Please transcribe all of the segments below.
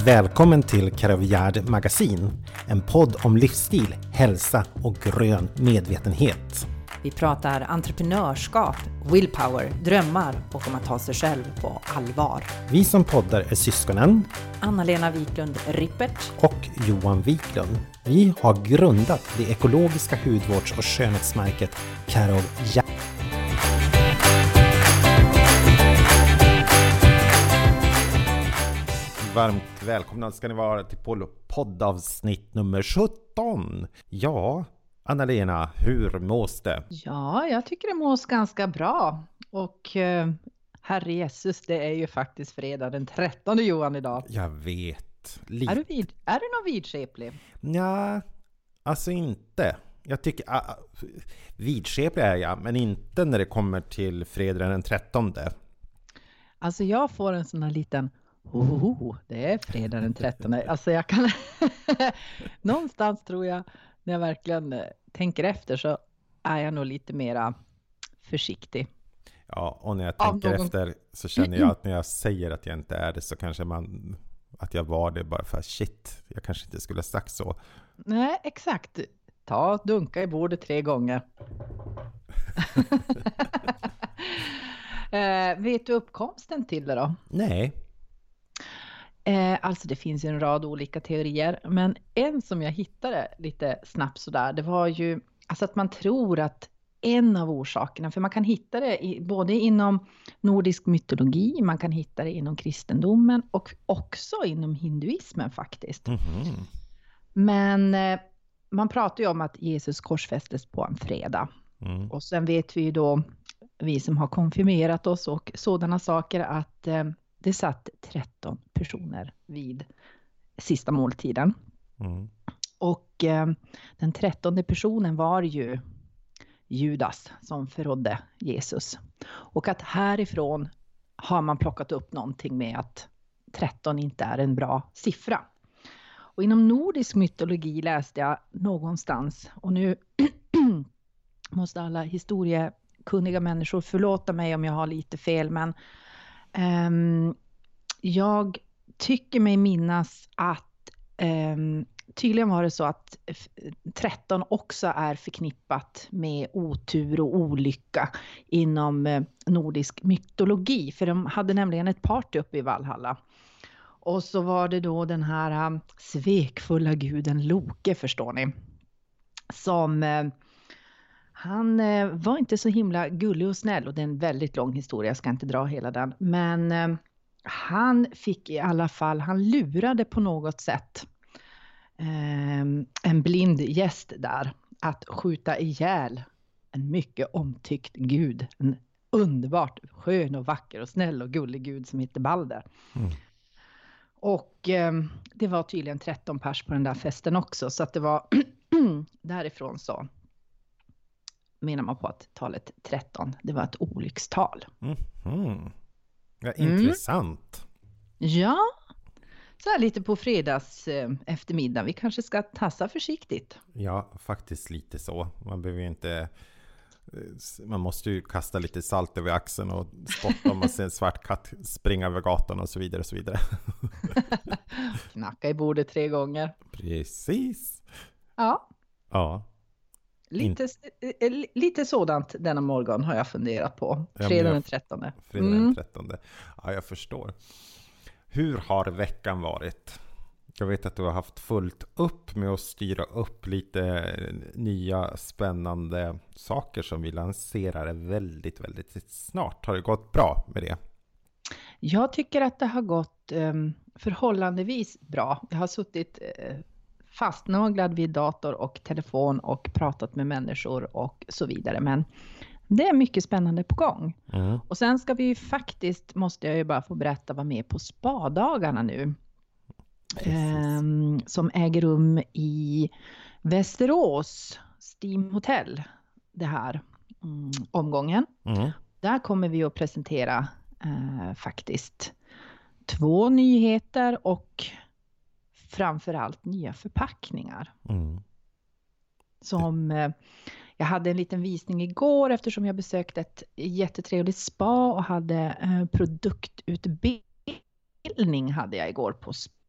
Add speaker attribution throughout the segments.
Speaker 1: Välkommen till Karavjärd Magasin, en podd om livsstil, hälsa och grön medvetenhet.
Speaker 2: Vi pratar entreprenörskap, willpower, drömmar och om att ta sig själv på allvar.
Speaker 1: Vi som poddar är syskonen
Speaker 2: Anna-Lena Wiklund Rippert
Speaker 1: och Johan Wiklund. Vi har grundat det ekologiska hudvårds- och skönhetsmärket Karavjärd. Varmt välkomna ska ni vara till poddavsnitt nummer 17. Ja, Anna-Lena, hur mås det?
Speaker 3: Ja, jag tycker det mås ganska bra. Och Herre Jesus, det är ju faktiskt fredag den 13 Johan idag.
Speaker 1: Jag vet.
Speaker 3: Är du någon vidskeplig?
Speaker 1: Ja, alltså inte. Jag tycker vidskeplig är jag, men inte när det kommer till fredag den 13.
Speaker 3: Alltså jag får en sån här liten det är fredag den 13. Alltså jag kan någonstans tror jag, när jag verkligen tänker efter, så är jag nog lite mera försiktig.
Speaker 1: Ja, och när jag tänker efter så känner jag att när jag säger att jag inte är det, så kanske att jag var det bara för shit, jag kanske inte skulle ha sagt så.
Speaker 3: Nej, exakt. Dunka i bordet 3 gånger. Vet du uppkomsten till det då?
Speaker 1: Nej.
Speaker 3: Alltså det finns ju en rad olika teorier, men en som jag hittade lite snabbt sådär, det var ju alltså att man tror att en av orsakerna, för man kan hitta det både inom nordisk mytologi, man kan hitta det inom kristendomen och också inom hinduismen faktiskt. Mm-hmm. Men man pratar ju om att Jesus korsfästes på en fredag. Mm. Och sen vet vi ju då, vi som har konfirmerat oss och sådana saker, att det satt 13 personer vid sista måltiden. Mm. Och den 13:e personen var ju Judas som förrådde Jesus. Och att härifrån har man plockat upp någonting med att 13 inte är en bra siffra. Och inom nordisk mytologi läste jag någonstans, och nu måste alla historiekunniga människor förlåta mig om jag har lite fel, men jag tycker mig minnas att tydligen var det så att 13 också är förknippat med otur och olycka inom nordisk mytologi. För de hade nämligen ett party uppe i Valhalla. Och så var det då den här svekfulla guden Loke, förstår ni. Som han var inte så himla gullig och snäll, och det är en väldigt lång historia, jag ska inte dra hela den. Men han fick i alla fall, han lurade på något sätt en blind gäst där att skjuta ihjäl en mycket omtyckt gud. En underbart skön och vacker och snäll och gullig gud som heter Balder. Mm. Och det var tydligen 13 pers på den där festen också, så att det var därifrån så menar man på att talet 13, det var ett olyckstal.
Speaker 1: Mm. Ja, intressant.
Speaker 3: Ja, så här lite på fredags eftermiddag. Vi kanske ska tassa försiktigt.
Speaker 1: Ja, faktiskt lite så. Man måste ju kasta lite salt över axeln och spotta om man ser en svart katt springa över gatan och så vidare och så vidare.
Speaker 3: Knacka i bordet 3 gånger.
Speaker 1: Precis.
Speaker 3: Ja.
Speaker 1: Ja.
Speaker 3: Lite sådant denna morgon har jag funderat på. Fredag den 13.
Speaker 1: Fredag den 13. Ja, jag förstår. Hur har veckan varit? Jag vet att du har haft fullt upp med att styra upp lite nya spännande saker som vi lanserar väldigt, väldigt snart. Har det gått bra med det?
Speaker 3: Jag tycker att det har gått förhållandevis bra. Jag har suttit fastnaglad vid dator och telefon och pratat med människor och så vidare. Men det är mycket spännande på gång. Mm. Och sen ska vi ju faktiskt, måste jag ju bara få berätta, vara med på spadagarna nu. Som äger rum i Västerås, Steam Hotel, det här omgången. Mm. Där kommer vi att presentera faktiskt 2 nyheter och framförallt nya förpackningar. Mm. Som jag hade en liten visning igår eftersom jag besökte ett jättetrevligt spa och hade produktutbildning hade jag igår på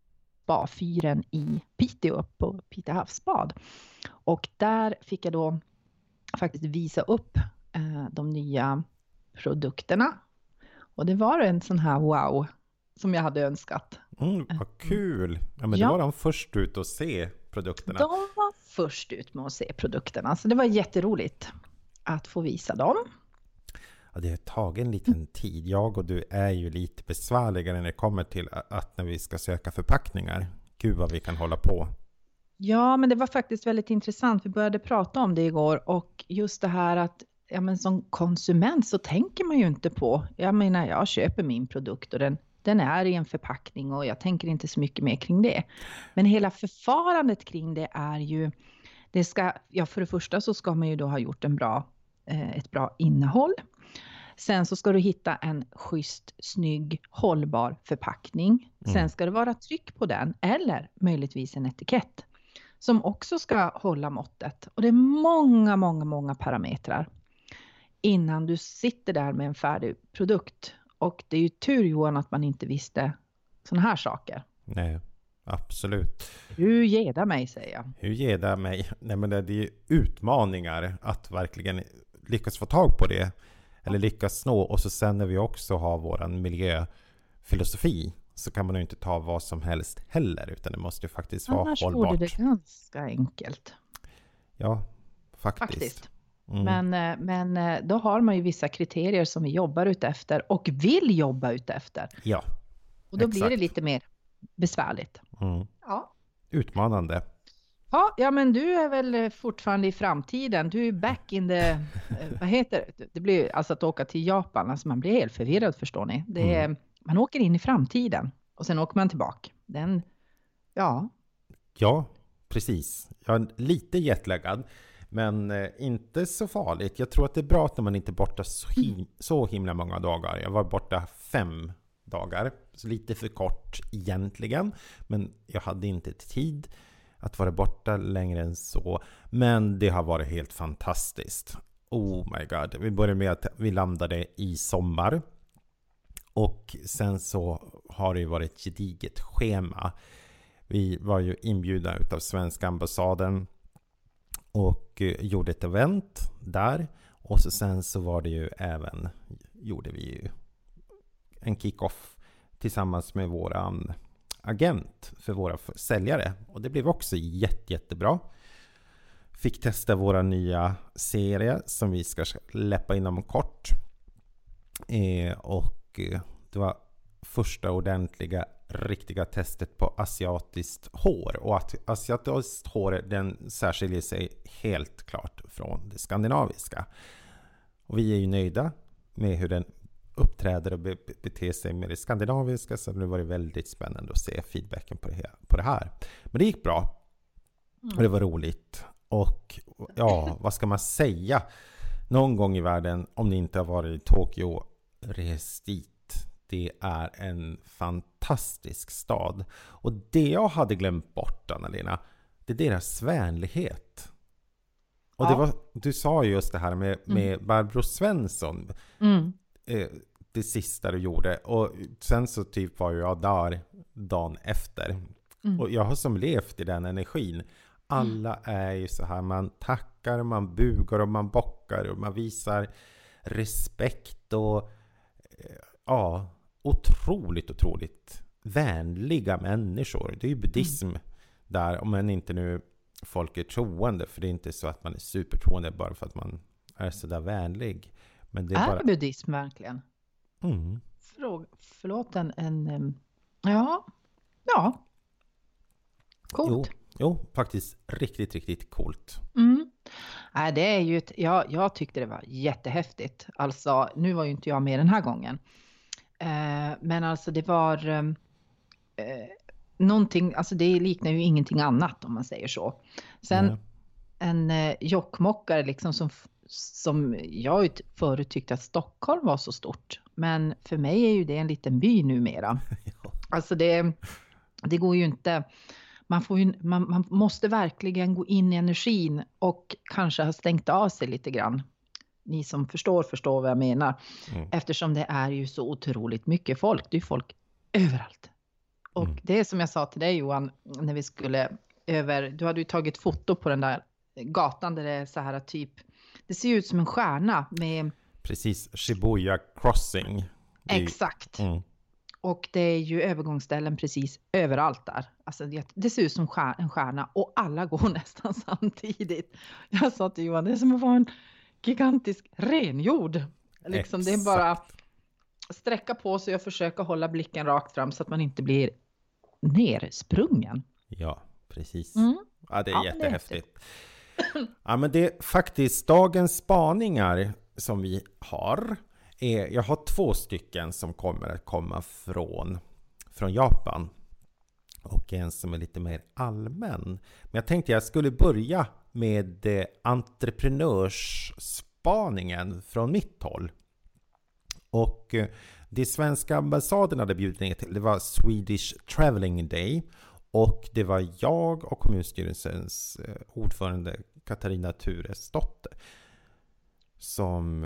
Speaker 3: Spa-fyren i Piteå på Piteå havsbad. Och där fick jag då faktiskt visa upp de nya produkterna. Och det var en sån här wow som jag hade önskat.
Speaker 1: Vad kul! Ja, men då var de först ut att se produkterna.
Speaker 3: De var först ut med att se produkterna. Så det var jätteroligt att få visa dem.
Speaker 1: Ja, det har tagit en liten tid. Jag och du är ju lite besvärligare när det kommer till att när vi ska söka förpackningar. Gud vad vi kan hålla på.
Speaker 3: Ja, men det var faktiskt väldigt intressant. Vi började prata om det igår. Och just det här att som konsument så tänker man ju inte på. Jag menar, jag köper min produkt och den är i en förpackning och jag tänker inte så mycket mer kring det. Men hela förfarandet kring det är ju, för det första så ska man ju då ha gjort ett bra innehåll. Sen så ska du hitta en schysst, snygg, hållbar förpackning. Sen ska det vara tryck på den eller möjligtvis en etikett som också ska hålla måttet. Och det är många, många, många parametrar innan du sitter där med en färdig produkt. Och det är ju tur, Johan, att man inte visste såna här saker.
Speaker 1: Nej, absolut.
Speaker 3: Hur geda mig, säger jag.
Speaker 1: Hur geda mig? Nej, men det är ju utmaningar att verkligen lyckas få tag på det. Eller lyckas snå. Och så sen när vi också har våran miljöfilosofi så kan man ju inte ta vad som helst heller. Utan det måste ju faktiskt vara
Speaker 3: hållbart.
Speaker 1: hållbart.
Speaker 3: Annars vore det ganska enkelt.
Speaker 1: Ja, faktiskt.
Speaker 3: Men då har man ju vissa kriterier som vi jobbar utefter och vill jobba utefter.
Speaker 1: Ja,
Speaker 3: och då blir det lite mer besvärligt. Ja.
Speaker 1: Utmanande.
Speaker 3: Ja, men du är väl fortfarande i framtiden. Du är back in the... vad heter det? Det blir alltså att åka till Japan. Alltså man blir helt förvirrad, förstår ni. Man åker in i framtiden och sen åker man tillbaka.
Speaker 1: Ja, precis. Jag är lite jetlaggad. Men inte så farligt. Jag tror att det är bra att man inte är borta så himla många dagar. Jag var borta 5 dagar. Så lite för kort egentligen. Men jag hade inte tid att vara borta längre än så. Men det har varit helt fantastiskt. Oh my god. Vi började med att vi landade i sommar. Och sen så har det varit ett gediget schema. Vi var ju inbjudna utav svenska ambassaden. Och gjorde ett event där. Och sen så var det ju gjorde vi ju en kick-off tillsammans med våran agent för våra säljare. Och det blev också jättebra. Fick testa våra nya serie som vi ska släppa inom kort. Och det var första ordentliga riktiga testet på asiatiskt hår. Och att asiatiskt hår, den särskiljer sig helt klart från det skandinaviska. Och vi är ju nöjda med hur den uppträder och beter sig med det skandinaviska. Så det var väldigt spännande att se feedbacken på det här. Men det gick bra. Och det var roligt. Och ja, vad ska man säga? Någon gång i världen, om ni inte har varit i Tokyo, res dit. Det är en fantastisk stad. Och det jag hade glömt bort, Anna-Lena, det är deras vänlighet. Och du sa just det här med Barbro Svensson. Det sista du gjorde. Och sen så typ var jag där dagen efter. Och jag har som levt i den energin. Alla är ju så här, man tackar, man bugar och man bockar och man visar respekt och otroligt vänliga människor. Det är ju buddhism där, om man inte nu folk är troende, för det är inte så att man är supertroende bara för att man är så där vänlig. Men det är bara...
Speaker 3: buddhism verkligen? Förlåt ja. Coolt.
Speaker 1: Jo, faktiskt riktigt coolt.
Speaker 3: Nej, det är ju jag tyckte det var jättehäftigt. Alltså, nu var ju inte jag med den här gången. Men alltså det var någonting, alltså det liknar ju ingenting annat om man säger så. Sen en jokkmokkare liksom som jag förut tyckte att Stockholm var så stort. Men för mig är ju det en liten by numera. Alltså det går ju inte... Man måste verkligen gå in i energin och kanske ha stängt av sig lite grann. Ni som förstår vad jag menar. Eftersom det är ju så otroligt mycket folk. Det är folk överallt. Och det är som jag sa till dig Johan, när vi skulle du hade ju tagit foto på den där gatan där det är så här typ, det ser ut som en stjärna med...
Speaker 1: Precis, Shibuya Crossing.
Speaker 3: Exakt. Och det är ju övergångsställen precis överallt där. Alltså det ser ut som en stjärna och alla går nästan samtidigt. Jag sa till Johan, det är som att vara en gigantisk renjord. Liksom, det är bara sträcka på sig och försöka hålla blicken rakt fram så att man inte blir nersprungen.
Speaker 1: Ja, precis. Ja, det är
Speaker 3: Ja,
Speaker 1: jättehäftigt. Ja, men det är faktiskt dagens spaningar som vi har. Jag har 2 stycken som kommer att komma från Japan. Och en som är lite mer allmän. Men jag tänkte jag skulle börja med entreprenörsspaningen från mitt håll. Och det svenska ambassaden hade bjudit ner till, det var Swedish Traveling Day. Och det var jag och kommunstyrelsens ordförande Katarina Turesdotter som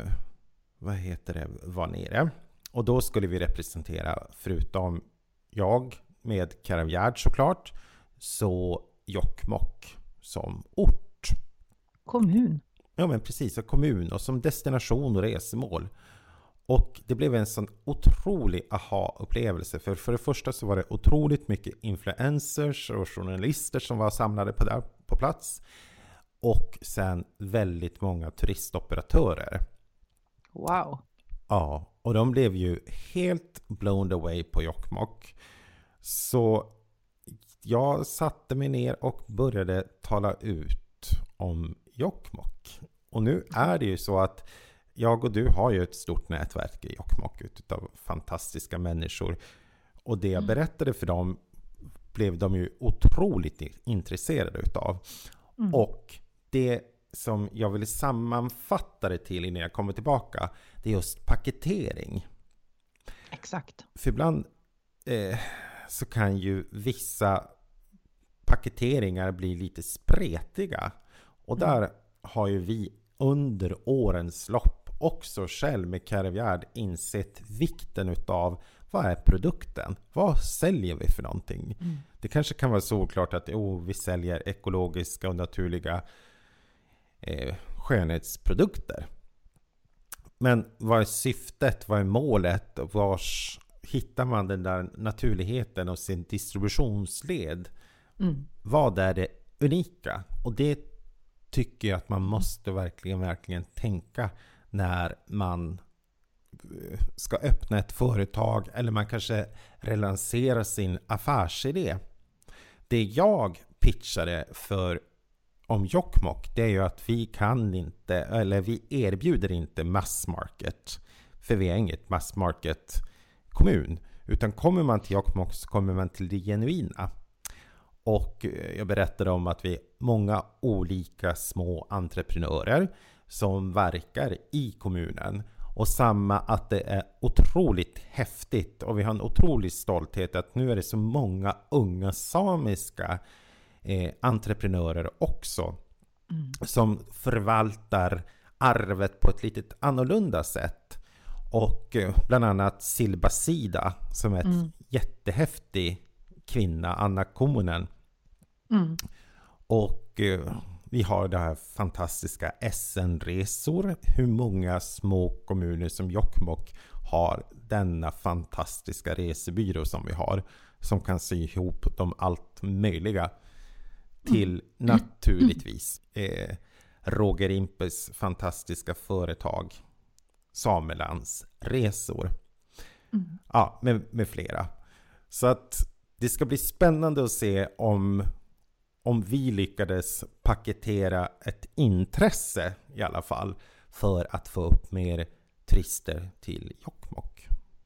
Speaker 1: var nere. Och då skulle vi representera, förutom jag med Käravgärd såklart, så Jokkmokk som ort.
Speaker 3: Kommun.
Speaker 1: Ja men precis, och kommun och som destination och resmål. Och det blev en sån otrolig aha-upplevelse. För det första så var det otroligt mycket influencers och journalister som var samlade på plats. Och sen väldigt många turistoperatörer.
Speaker 3: Wow.
Speaker 1: Ja, och de blev ju helt blown away på Jokkmokk. Så jag satte mig ner och började tala ut om Jokkmokk. Och nu är det ju så att jag och du har ju ett stort nätverk i Jokkmokk utav fantastiska människor. Och det jag berättade för dem blev de ju otroligt intresserade utav. Och det som jag vill sammanfatta det till innan jag kommer tillbaka, det är just paketering.
Speaker 3: Exakt.
Speaker 1: För ibland så kan ju vissa paketeringar bli lite spretiga. Och där har ju vi under årens lopp också själv med Käravgärd insett vikten utav vad är produkten? Vad säljer vi för någonting? Det kanske kan vara såklart att vi säljer ekologiska och naturliga skönhetsprodukter. Men vad är syftet? Vad är målet? Vars hittar man den där naturligheten och sin distributionsled? Vad är det unika? Och det tycker jag att man måste verkligen tänka när man ska öppna ett företag eller man kanske relanserar sin affärsidé. Det jag pitchade för om Jokkmokk, det är ju att vi erbjuder inte mass market, för vi är inget mass market kommun, utan kommer man till Jokkmokk så kommer man till det genuina. Och jag berättade om att vi är många olika små entreprenörer som verkar i kommunen. Och samma att det är otroligt häftigt och vi har en otrolig stolthet att nu är det så många unga samiska entreprenörer också som förvaltar arvet på ett lite annorlunda sätt. Och bland annat Silba Sida som är ett jättehäftig kvinna, Anna Kummunen. Och vi har det här fantastiska SN-resor. Hur många små kommuner som Jokkmokk har denna fantastiska resebyrå som vi har. Som kan sy ihop de allt möjliga till naturligtvis Roger Impes fantastiska företag Samelands resor. Ja, med flera. Så att det ska bli spännande att se om vi lyckades paketera ett intresse i alla fall för att få upp mer turister till Jokkmokk.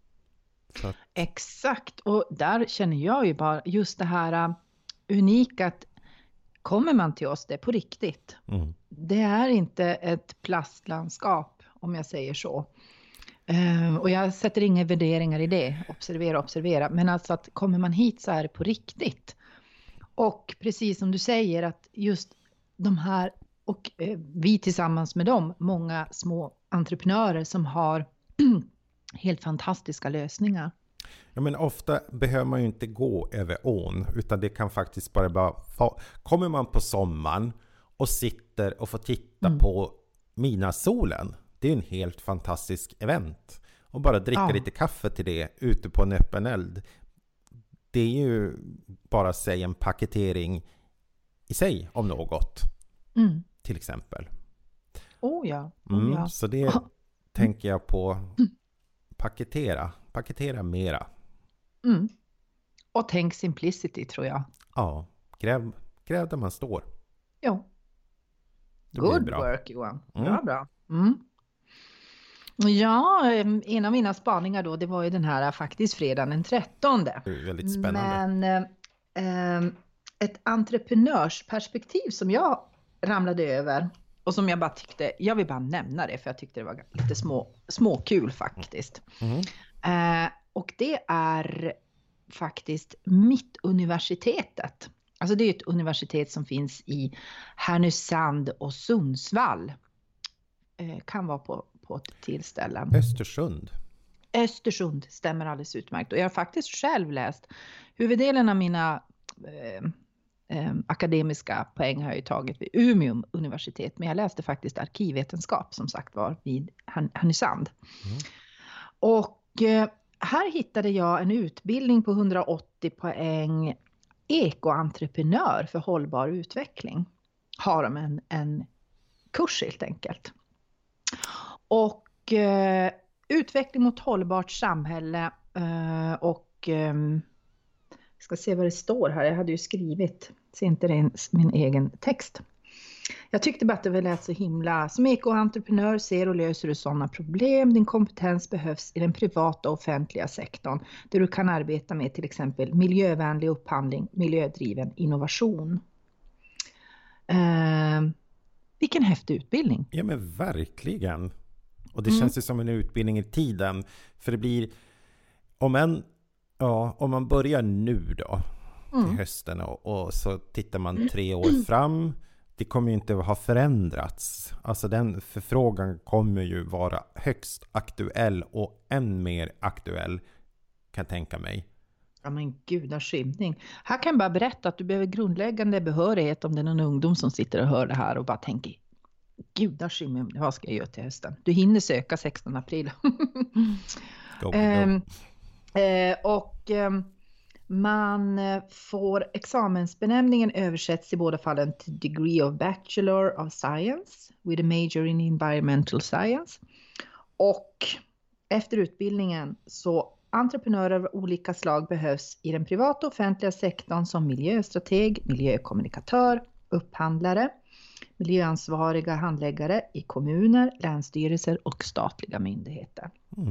Speaker 3: Exakt, och där känner jag ju bara just det här unika att kommer man till oss, det är på riktigt. Det är inte ett plastlandskap om jag säger så. Och jag sätter inga värderingar i det, observera. Men alltså att kommer man hit så är det på riktigt. Och precis som du säger att just de här och vi tillsammans med dem, många små entreprenörer som har helt fantastiska lösningar.
Speaker 1: Ja, men ofta behöver man ju inte gå över ån, utan det kan faktiskt bara kommer man på sommaren och sitter och får titta på midnattssolen. Det är en helt fantastisk event. Och bara dricka lite kaffe till det ute på en öppen eld. Det är ju bara säg en paketering i sig om något. Till exempel.
Speaker 3: Ja.
Speaker 1: Så det tänker jag på. Paketera mera.
Speaker 3: Och tänk simplicity, tror jag.
Speaker 1: Ja, gräv där man står.
Speaker 3: Ja. Good work, Johan. Bra. Ja, en av mina spaningar då, det var ju den här faktiskt fredagen den 13.
Speaker 1: Det är väldigt spännande.
Speaker 3: Men ett entreprenörsperspektiv som jag ramlade över och som jag bara tyckte, jag vill bara nämna det för jag tyckte det var lite småkul faktiskt. Och det är faktiskt Mittuniversitetet. Alltså det är ett universitet som finns i Härnösand och Sundsvall. Kan vara på ett tillställe. Östersund stämmer alldeles utmärkt. Och jag har faktiskt själv läst huvuddelen av mina akademiska poäng har jag ju tagit vid Umeå universitet. Men jag läste faktiskt arkivvetenskap som sagt var vid Härnösand. Och här hittade jag en utbildning på 180 poäng ekoentreprenör för hållbar utveckling. Har de en kurs helt enkelt. Och utveckling mot hållbart samhälle och ska se vad det står här. Jag hade ju skrivit, ser inte det min egen text. Jag tyckte bara att det lät så himla. Som ekoentreprenör ser och löser du sådana problem. Din kompetens behövs i den privata och offentliga sektorn. Där du kan arbeta med till exempel miljövänlig upphandling, miljödriven innovation. Vilken häftig utbildning.
Speaker 1: Ja, men verkligen. Och det känns ju som en utbildning i tiden. För det blir, om man börjar nu då, till hösten och så tittar man 3 år fram. Det kommer ju inte ha förändrats. Alltså den förfrågan kommer ju vara högst aktuell och än mer aktuell, kan jag tänka mig.
Speaker 3: Ja men gudaskymning. Här kan jag bara berätta att du behöver grundläggande behörighet om det är någon ungdom som sitter och hör det här och bara tänker gudaskymning, vad ska jag göra till hösten? Du hinner söka 16 april. Man får examensbenämningen översätts i båda fallen till Degree of Bachelor of Science with a major in Environmental Science. Och efter utbildningen så entreprenörer av olika slag behövs i den privata och offentliga sektorn som miljöstrateg, miljökommunikatör, upphandlare, miljöansvariga handläggare i kommuner, länsstyrelser och statliga myndigheter.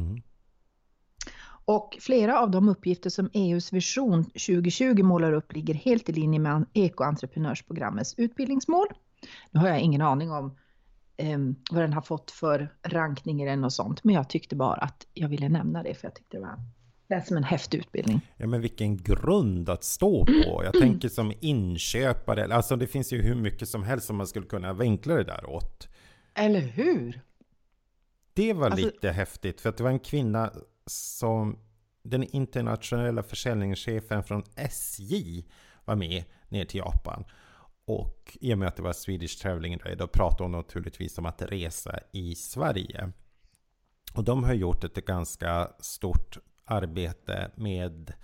Speaker 3: Och flera av de uppgifter som EUs vision 2020 målar upp ligger helt i linje med ekoentreprenörsprogrammets utbildningsmål. Nu har jag ingen aning om vad den har fått för rankningar eller något sånt. Men jag tyckte bara att jag ville nämna det för jag tyckte det lät som en häftig utbildning.
Speaker 1: Ja, men vilken grund att stå på. Jag tänker som inköpare. Alltså det finns ju hur mycket som helst som man skulle kunna vinkla det där åt.
Speaker 3: Eller hur?
Speaker 1: Det var lite häftigt för att det var en kvinna som den internationella försäljningschefen från SJ var med ner till Japan. Och i och med att det var Swedish Traveling Day, då pratade hon naturligtvis om att resa i Sverige. Och de har gjort ett ganska stort arbete med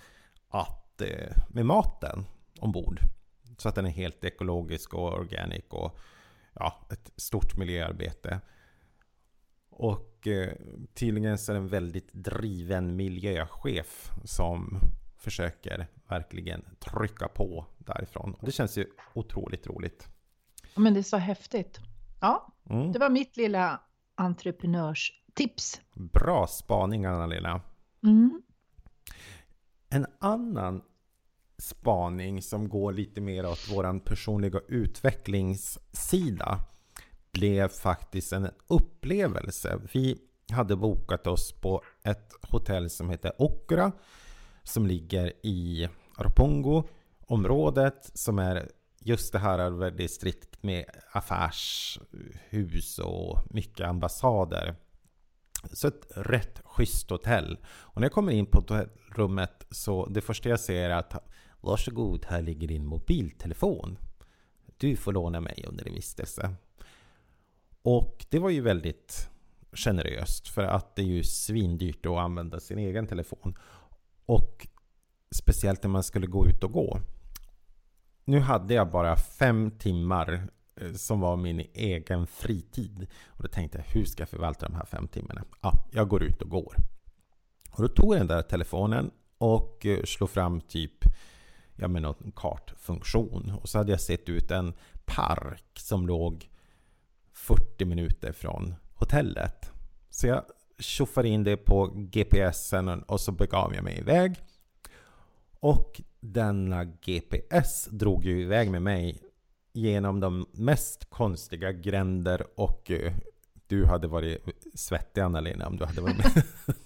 Speaker 1: maten ombord. Så att den är helt ekologisk och organic och ett stort miljöarbete. Och tydligen så är det en väldigt driven miljöchef som försöker verkligen trycka på därifrån. Och det känns ju otroligt roligt.
Speaker 3: Men det är så häftigt. Ja, det var mitt lilla entreprenörstips.
Speaker 1: Bra spaning, Anna-Lena. En annan spaning som går lite mer åt våran personliga utvecklingssida blev faktiskt en upplevelse. Vi hade bokat oss på ett hotell som heter Okura som ligger i Roppongo-området som är just det här distrikt med affärshus och mycket ambassader. Så ett rätt schysst hotell. Och när jag kommer in på hotellrummet så det första jag ser är att varsågod, här ligger din mobiltelefon. Du får låna mig under din vistelse. Och det var ju väldigt generöst för att det är ju svindyrt att använda sin egen telefon. Och speciellt när man skulle gå ut och gå. Nu hade jag bara 5 timmar som var min egen fritid. Och då tänkte jag, hur ska jag förvalta de här 5 timmarna? Ja, jag går ut och går. Och då tog jag den där telefonen och slog fram typ någon kartfunktion. Och så hade jag sett ut en park som låg 40 minuter från hotellet. Så jag tjoffade in det på GPSen och så begav jag mig iväg. Och denna GPS drog ju iväg med mig genom de mest konstiga gränder och du hade varit svettig, Anna-Lena, om du hade varit med.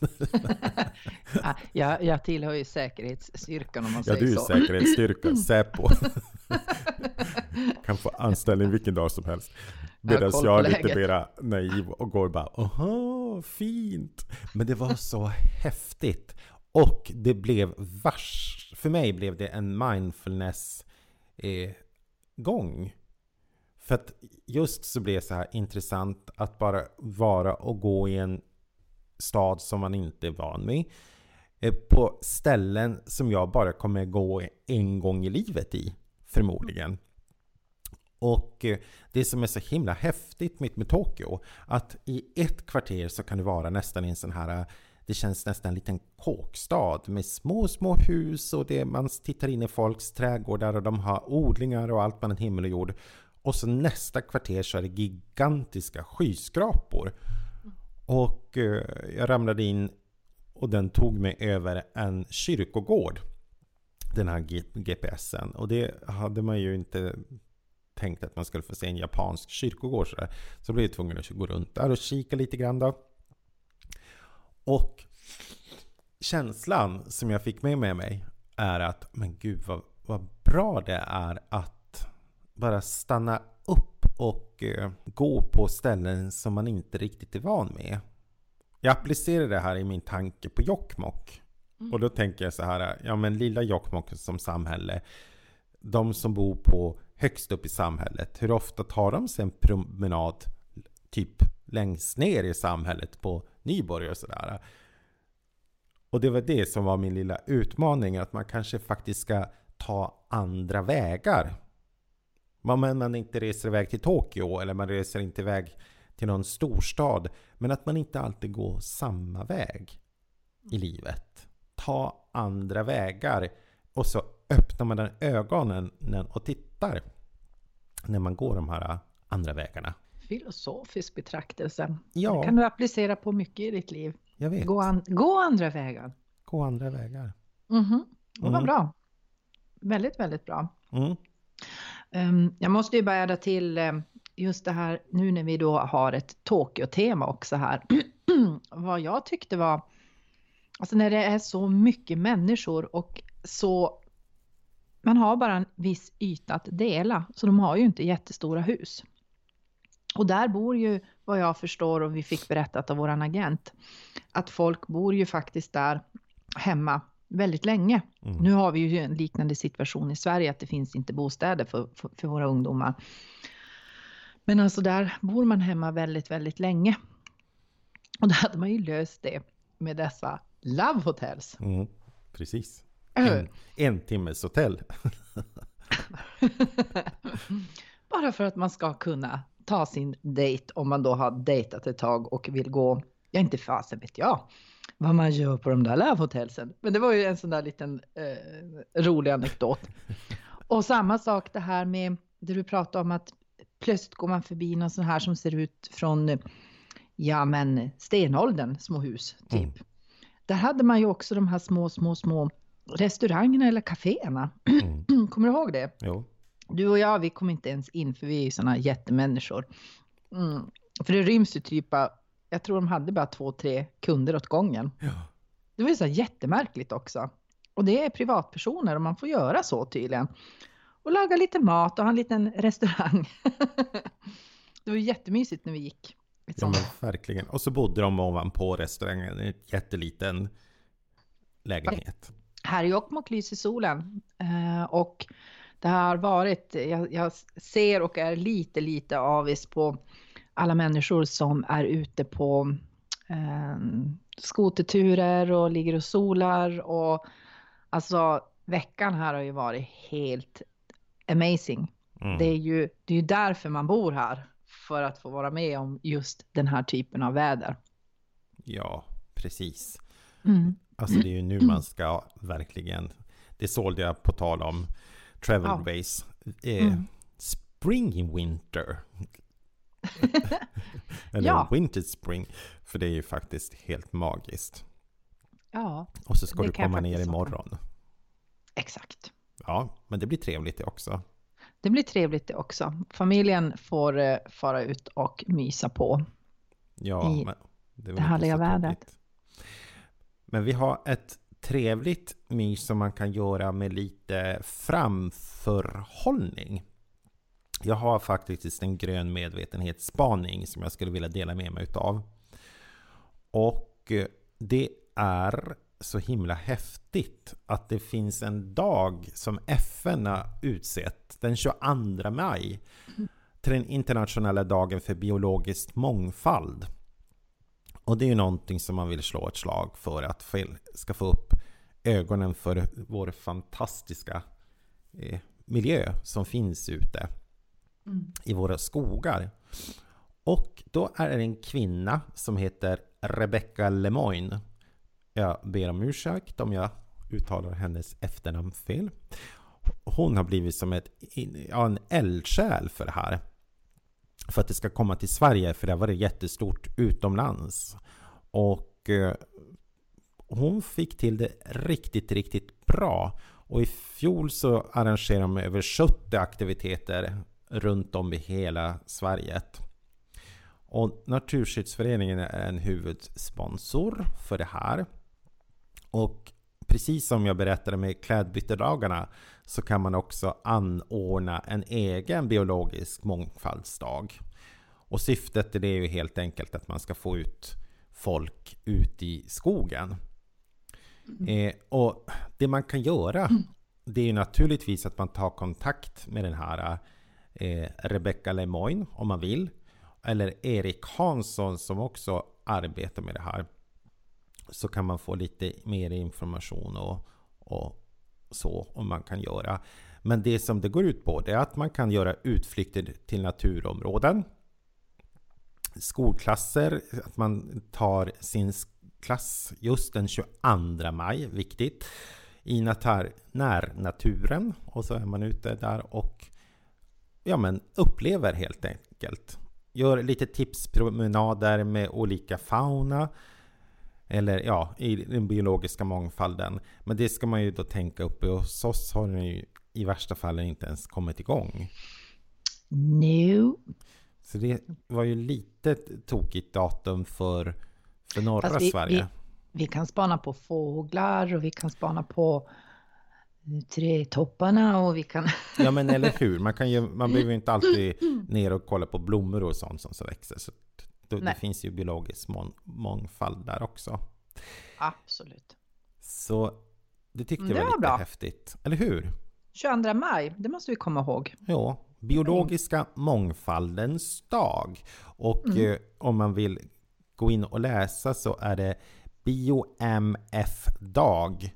Speaker 3: Jag tillhör ju säkerhetsstyrkan om man säger så.
Speaker 1: Ja, du är säkerhetsstyrkan, Säpo. Kan få anställning vilken dag som helst. Medan jag är lite mer naiv och går bara, aha, fint. Men det var så häftigt. Och det blev för mig blev det en mindfulness gång. För att just så blev det så här intressant att bara vara och gå i en stad som man inte är van med. På ställen som jag bara kommer gå en gång i livet i, förmodligen. Och det som är så himla häftigt med Tokyo, att i ett kvarter så kan det vara nästan en sån här, det känns nästan en liten kåkstad med små hus och man tittar in i folks trädgårdar och de har odlingar och allt mellan himmel och jord. Och så nästa kvarter så är det gigantiska skyskrapor. Och jag ramlade in och den tog mig över en kyrkogård, den här GPSen. Och det hade man ju inte tänkt att man skulle få se en japansk kyrkogård så där. Så blev jag tvungen att gå runt där och kika lite grann då. Och känslan som jag fick med mig är att, men gud vad bra det är att bara stanna upp och gå på ställen som man inte riktigt är van med. Jag applicerar det här i min tanke på Jokkmokk. Och då tänker jag så här, ja men lilla Jokkmokk som samhälle, de som bor på högst upp i samhället, hur ofta tar de sig en promenad typ längst ner i samhället på Nyborg och sådär. Och det var det som var min lilla utmaning, att man kanske faktiskt ska ta andra vägar. Man inte reser iväg till Tokyo eller man reser inte iväg till någon storstad, men att man inte alltid går samma väg i livet. Ta andra vägar och så öppnar man den ögonen och tittar när man går de här andra vägarna.
Speaker 3: Filosofisk betraktelse.
Speaker 1: Ja.
Speaker 3: Det kan du applicera på mycket i ditt liv.
Speaker 1: Jag vet.
Speaker 3: Gå andra vägar.
Speaker 1: Gå andra vägar.
Speaker 3: Det var bra. Väldigt, väldigt bra. Jag måste ju börja till just det här nu när vi då har ett Tokyo-tema också här. Vad jag tyckte var, alltså när det är så mycket människor och så man har bara en viss yta att dela, så de har ju inte jättestora hus. Och där bor ju, vad jag förstår och vi fick berättat av våran agent, att folk bor ju faktiskt där hemma väldigt länge. Nu har vi ju en liknande situation i Sverige, att det finns inte bostäder för våra ungdomar. Men alltså där bor man hemma väldigt, väldigt länge. Och då hade man ju löst det med dessa love hotels.
Speaker 1: Precis. En timmes hotell.
Speaker 3: Bara för att man ska kunna ta sin dejt om man då har dejtat ett tag och vill gå, ja inte fasen vet jag vad man gör på de där love hotelsen. Men det var ju en sån där liten rolig anekdot. Och samma sak det här med det du pratade om, att plötsligt går man förbi någon sån här som ser ut från stenåldern, små hus typ. Där hade man ju också de här små restaurangerna eller kaféerna. Kommer du ihåg det?
Speaker 1: Jo.
Speaker 3: Du och jag, vi kom inte ens in för vi är ju såna jättemänniskor. För det ryms ju typ, jag tror de hade bara 2-3 kunder åt gången.
Speaker 1: Ja.
Speaker 3: Det var ju så jättemärkligt också. Och det är privatpersoner och man får göra så tydligen. Och laga lite mat och ha en liten restaurang. Det var jättemysigt när vi gick.
Speaker 1: Ja, men verkligen. Och så bodde de ovanpå restaurangen i en jätteliten lägenhet.
Speaker 3: Här i Jokkmokk lyser solen. Och det har varit, jag ser och är lite avis på alla människor som är ute på skoterturer och ligger och solar. Och alltså veckan här har ju varit helt amazing. Det är ju därför man bor här. För att få vara med om just den här typen av väder.
Speaker 1: Ja, precis. Alltså det är ju nu man ska verkligen... Det sålde jag på tal om Travelways. Spring winter. Eller winter spring. För det är ju faktiskt helt magiskt.
Speaker 3: Ja.
Speaker 1: Och så ska du komma ner imorgon.
Speaker 3: Exakt.
Speaker 1: Ja, men det blir trevligt det också.
Speaker 3: Det blir trevligt det också. Familjen får fara ut och mysa på.
Speaker 1: Ja, men
Speaker 3: det härliga vädret.
Speaker 1: Men vi har ett trevligt mys som man kan göra med lite framförhållning. Jag har faktiskt en grön medvetenhetsspaning som jag skulle vilja dela med mig utav. Och det är så himla häftigt att det finns en dag som FN har utsett den 22 maj till den internationella dagen för biologisk mångfald. Och det är ju någonting som man vill slå ett slag för att ska få upp ögonen för vår fantastiska miljö som finns ute i våra skogar. Och då är det en kvinna som heter Rebecca Lemoine. Jag ber om ursäkt om jag uttalar hennes efternamn fel. Hon har blivit som en eldsjäl för det här. För att det ska komma till Sverige, för det var jättestort utomlands. Och hon fick till det riktigt bra. Och i fjol så arrangerade de över 70 aktiviteter runt om i hela Sverige. Och Naturskyddsföreningen är en huvudsponsor för det här. Och precis som jag berättade med klädbyttedagarna så kan man också anordna en egen biologisk mångfaldsdag. Och syftet är det ju helt enkelt att man ska få ut folk ut i skogen. Och det man kan göra det är ju naturligtvis att man tar kontakt med den här Rebecca Lemoine om man vill. Eller Erik Hansson som också arbetar med det här. Så kan man få lite mer information och så om man kan göra. Men det som det går ut på det är att man kan göra utflykter till naturområden. Skolklasser, att man tar sin klass just den 22 maj, viktigt. I närnaturen och så är man ute där och upplever helt enkelt. Gör lite tipspromenader med olika fauna eller i den biologiska mångfalden. Men det ska man ju då tänka upp och hos oss har den ju i värsta fall inte ens kommit igång.
Speaker 3: No.
Speaker 1: Så det var ju lite tokigt datum för norra Sverige.
Speaker 3: Vi kan spana på fåglar och vi kan spana på trädtopparna och vi kan...
Speaker 1: Ja men eller hur, man behöver ju inte alltid ner och kolla på blommor och sånt som växer. Så det finns ju biologisk mångfald där också.
Speaker 3: Absolut.
Speaker 1: Så det tyckte jag var lite häftigt, eller hur?
Speaker 3: 22 maj, det måste vi komma ihåg.
Speaker 1: Ja, biologiska mångfaldens dag. Och om man vill gå in och läsa så är det biomfdag.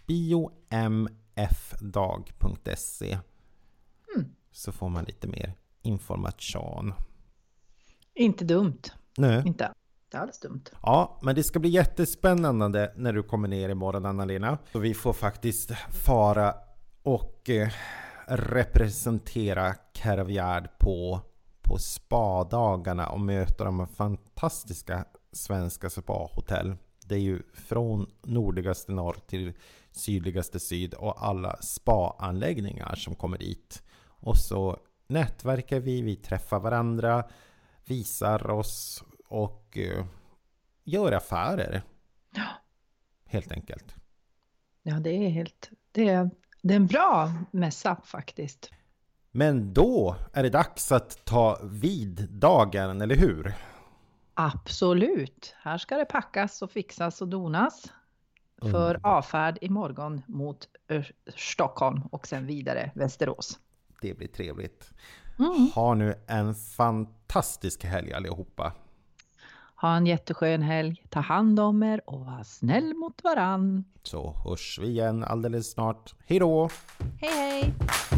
Speaker 1: biomfdag.se. Så får man lite mer information.
Speaker 3: Inte dumt.
Speaker 1: Nej.
Speaker 3: Inte alls dumt.
Speaker 1: Ja, men det ska bli jättespännande när du kommer ner imorgon, Anna-Lena. Så vi får faktiskt fara och representera Käravgärd på spadagarna och möta de fantastiska svenska spahotell. Det är ju från nordligaste norr till sydligaste syd och alla spaanläggningar som kommer dit. Och så nätverkar vi träffar varandra, visar oss och gör affärer.
Speaker 3: Ja.
Speaker 1: Helt enkelt.
Speaker 3: Ja, det är en bra mässa faktiskt.
Speaker 1: Men då är det dags att ta vid dagen, eller hur?
Speaker 3: Absolut. Här ska det packas och fixas och donas för avfärd imorgon mot Stockholm och sen vidare Västerås.
Speaker 1: Det blir trevligt.
Speaker 3: Mm.
Speaker 1: Ha nu en fantastisk helg allihopa.
Speaker 3: Ha en jätteskön helg. Ta hand om er och var snäll mot varann.
Speaker 1: Så hörs vi igen alldeles snart. Hej då!
Speaker 3: Hej hej!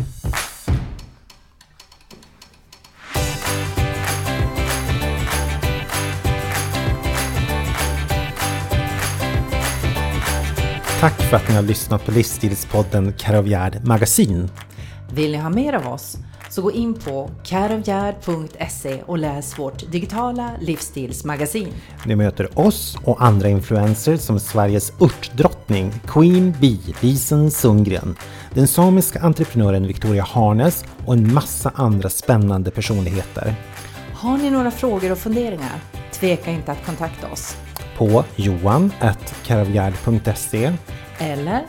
Speaker 1: Tack för att ni har lyssnat på livsstilspodden Career Magasin.
Speaker 2: Vill ni ha mer av oss så gå in på career.se och läs vårt digitala livsstilsmagasin.
Speaker 1: Ni möter oss och andra influencers som Sveriges örtdrottning Queen Bee Lisen Sundgren, den samiska entreprenören Victoria Harnes och en massa andra spännande personligheter.
Speaker 2: Har ni några frågor och funderingar? Tveka inte att kontakta oss.
Speaker 1: På johan@career.se
Speaker 2: eller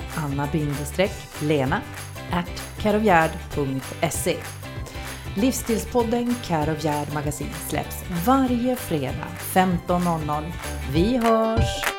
Speaker 2: anna-lena@career.se. Livsstilspodden Career Magasin släpps varje fredag 15:00. Vi hörs!